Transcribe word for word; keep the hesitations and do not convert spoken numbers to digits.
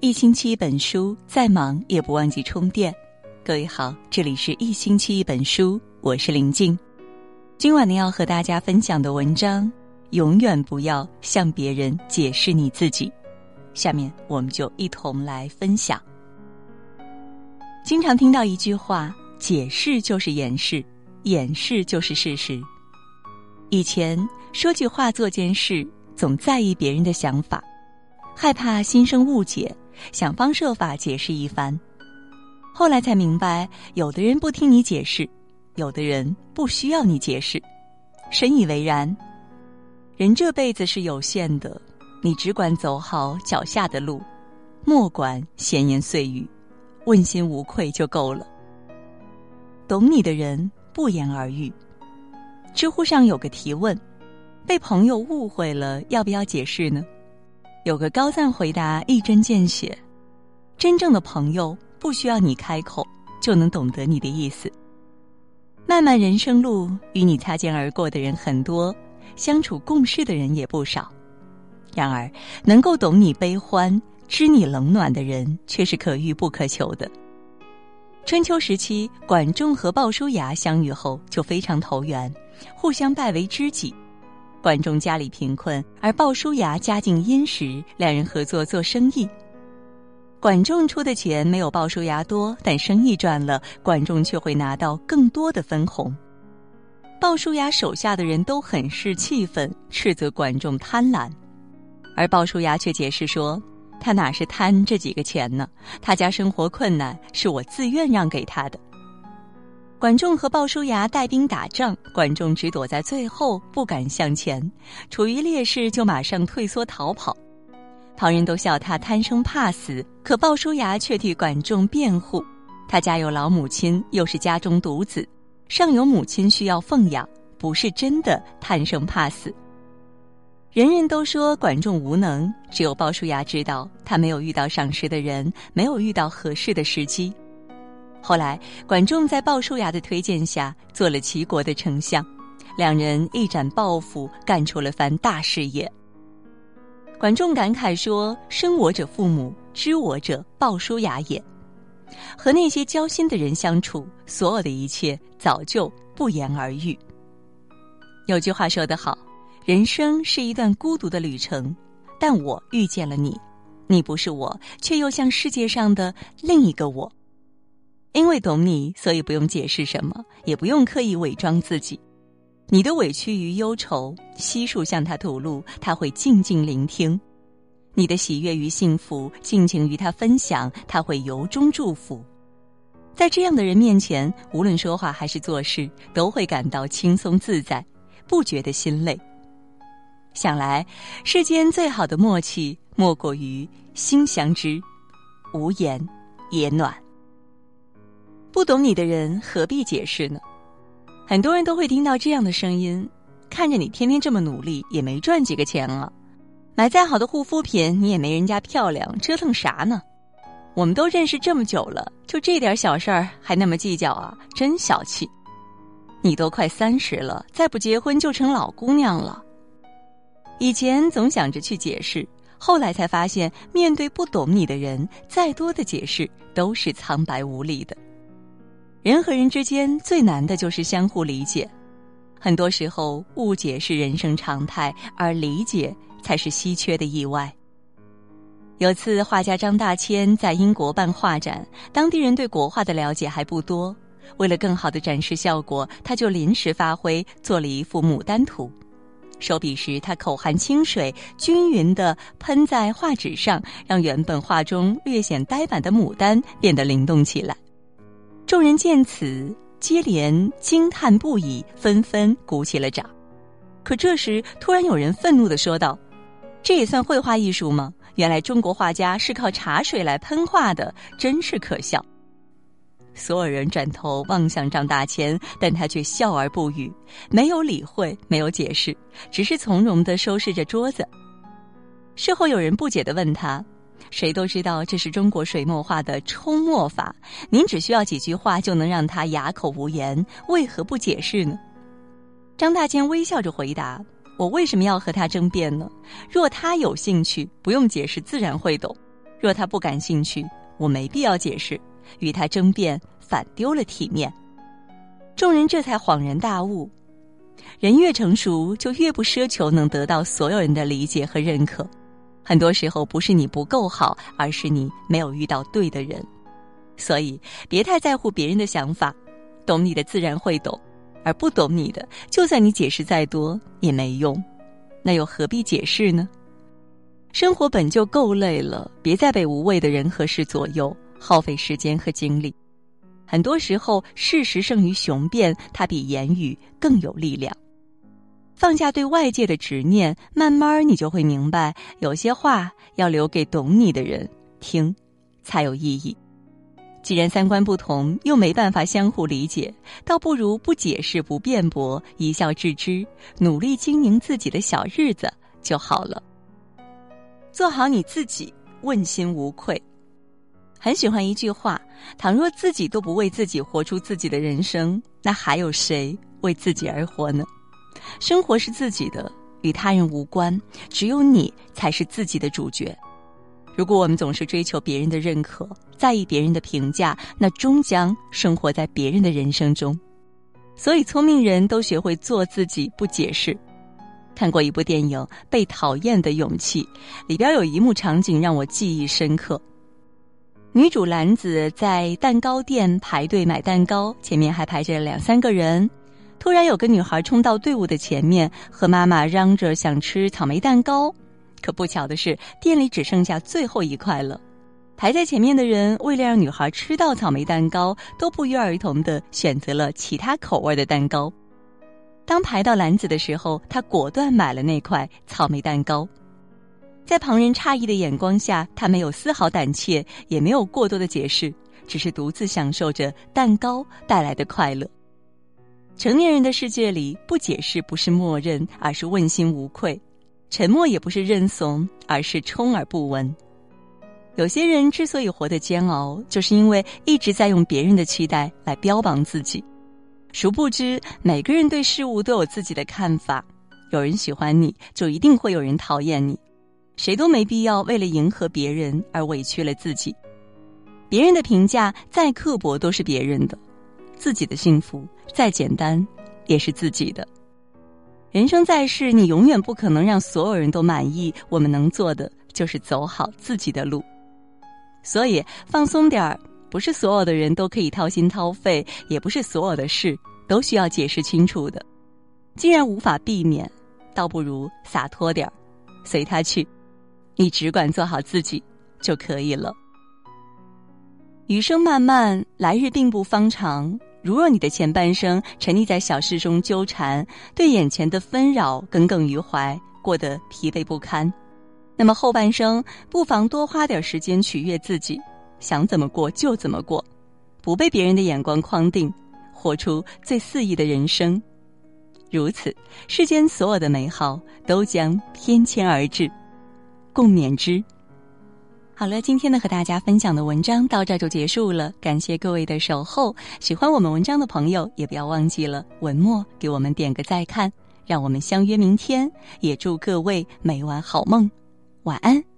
一星期一本书，再忙也不忘记充电。各位好，这里是一星期一本书，我是林静。今晚呢，要和大家分享的文章，永远不要向别人解释你自己。下面我们就一同来分享。经常听到一句话，解释就是掩饰，掩饰就是事实。以前说句话做件事，总在意别人的想法，害怕心生误解，想方设法解释一番。后来才明白，有的人不听你解释，有的人不需要你解释。深以为然。人这辈子是有限的，你只管走好脚下的路，莫管闲言碎语，问心无愧就够了。懂你的人不言而喻。知乎上有个提问，被朋友误会了，要不要解释呢？有个高赞回答一针见血，真正的朋友不需要你开口就能懂得你的意思。漫漫人生路，与你擦肩而过的人很多，相处共事的人也不少。然而能够懂你悲欢，知你冷暖的人却是可遇不可求的。春秋时期，管仲和鲍叔牙相遇后就非常投缘，互相拜为知己。管仲家里贫困，而鲍叔牙家境殷实，两人合作做生意。管仲出的钱没有鲍叔牙多，但生意赚了，管仲却会拿到更多的分红。鲍叔牙手下的人都很是气愤，斥责管仲贪婪，而鲍叔牙却解释说，他哪是贪这几个钱呢？他家生活困难，是我自愿让给他的。管仲和鲍叔牙带兵打仗，管仲只躲在最后，不敢向前，处于劣势就马上退缩逃跑。旁人都笑他贪生怕死，可鲍叔牙却替管仲辩护，他家有老母亲，又是家中独子，上有母亲需要奉养，不是真的贪生怕死。人人都说管仲无能，只有鲍叔牙知道，他没有遇到赏识的人，没有遇到合适的时机。后来管仲在鲍叔牙的推荐下做了齐国的丞相，两人一展抱负，干出了番大事业。管仲感慨说，生我者父母，知我者鲍叔牙也。和那些交心的人相处，所有的一切早就不言而喻。有句话说得好，人生是一段孤独的旅程，但我遇见了你，你不是我，却又像世界上的另一个我。因为懂你，所以不用解释什么，也不用刻意伪装自己。你的委屈与忧愁，悉数向他吐露，他会静静聆听。你的喜悦与幸福，尽情与他分享，他会由衷祝福。在这样的人面前，无论说话还是做事，都会感到轻松自在，不觉得心累。想来，世间最好的默契，莫过于心相知，无言也暖。不懂你的人何必解释呢？很多人都会听到这样的声音，看着你天天这么努力，也没赚几个钱啊，买再好的护肤品你也没人家漂亮，折腾啥呢？我们都认识这么久了，就这点小事儿还那么计较啊，真小气。你都快三十了，再不结婚就成老姑娘了。以前总想着去解释，后来才发现，面对不懂你的人，再多的解释都是苍白无力的。人和人之间最难的就是相互理解，很多时候误解是人生常态，而理解才是稀缺的意外。有次画家张大千在英国办画展，当地人对国画的了解还不多，为了更好的展示效果，他就临时发挥，做了一幅牡丹图。手笔时他口含清水，均匀地喷在画纸上，让原本画中略显呆板的牡丹变得灵动起来。众人见此，接连惊叹不已，纷纷鼓起了掌。可这时突然有人愤怒地说道，这也算绘画艺术吗？原来中国画家是靠茶水来喷画的，真是可笑。所有人转头望向张大千，但他却笑而不语，没有理会，没有解释，只是从容地收拾着桌子。事后有人不解地问他，谁都知道这是中国水墨画的冲墨法，您只需要几句话就能让他哑口无言，为何不解释呢？张大千微笑着回答，我为什么要和他争辩呢？若他有兴趣，不用解释自然会懂， 若他不感兴趣，我没必要解释，与他争辩反丢了体面。众人这才恍然大悟，人越成熟，就越不奢求能得到所有人的理解和认可。很多时候不是你不够好，而是你没有遇到对的人。所以别太在乎别人的想法，懂你的自然会懂，而不懂你的，就算你解释再多也没用，那又何必解释呢？生活本就够累了，别再被无谓的人和事左右，耗费时间和精力。很多时候事实胜于雄辩，它比言语更有力量。放下对外界的执念，慢慢你就会明白，有些话要留给懂你的人听才有意义。既然三观不同，又没办法相互理解，倒不如不解释不辩驳，一笑置之，努力经营自己的小日子就好了。做好你自己，问心无愧。很喜欢一句话，倘若自己都不为自己活出自己的人生，那还有谁为自己而活呢？生活是自己的，与他人无关，只有你才是自己的主角。如果我们总是追求别人的认可，在意别人的评价，那终将生活在别人的人生中。所以聪明人都学会做自己，不解释。看过一部电影《被讨厌的勇气》，里边有一幕场景让我记忆深刻。女主兰子在蛋糕店排队买蛋糕，前面还排着两三个人。突然有个女孩冲到队伍的前面，和妈妈嚷着想吃草莓蛋糕。可不巧的是，店里只剩下最后一块了。排在前面的人为了让女孩吃到草莓蛋糕，都不约而同地选择了其他口味的蛋糕。当排到兰子的时候，她果断买了那块草莓蛋糕。在旁人诧异的眼光下，她没有丝毫胆怯，也没有过多的解释，只是独自享受着蛋糕带来的快乐。成年人的世界里，不解释不是默认，而是问心无愧；沉默也不是认怂，而是充耳不闻。有些人之所以活得煎熬，就是因为一直在用别人的期待来标榜自己。殊不知，每个人对事物都有自己的看法，有人喜欢你，就一定会有人讨厌你。谁都没必要为了迎合别人而委屈了自己。别人的评价再刻薄都是别人的，自己的幸福再简单也是自己的。人生在世，你永远不可能让所有人都满意，我们能做的就是走好自己的路。所以放松点儿，不是所有的人都可以掏心掏肺，也不是所有的事都需要解释清楚的。既然无法避免，倒不如洒脱点儿，随他去，你只管做好自己就可以了。余生漫漫，来日并不方长。如若你的前半生沉溺在小事中纠缠，对眼前的纷扰耿耿于怀，过得疲惫不堪，那么后半生不妨多花点时间取悦自己，想怎么过就怎么过，不被别人的眼光框定，活出最肆意的人生。如此，世间所有的美好都将翩跹而至，共勉之。好了，今天呢和大家分享的文章到这就结束了，感谢各位的守候。喜欢我们文章的朋友，也不要忘记了文末给我们点个再看，让我们相约明天，也祝各位每晚好梦，晚安。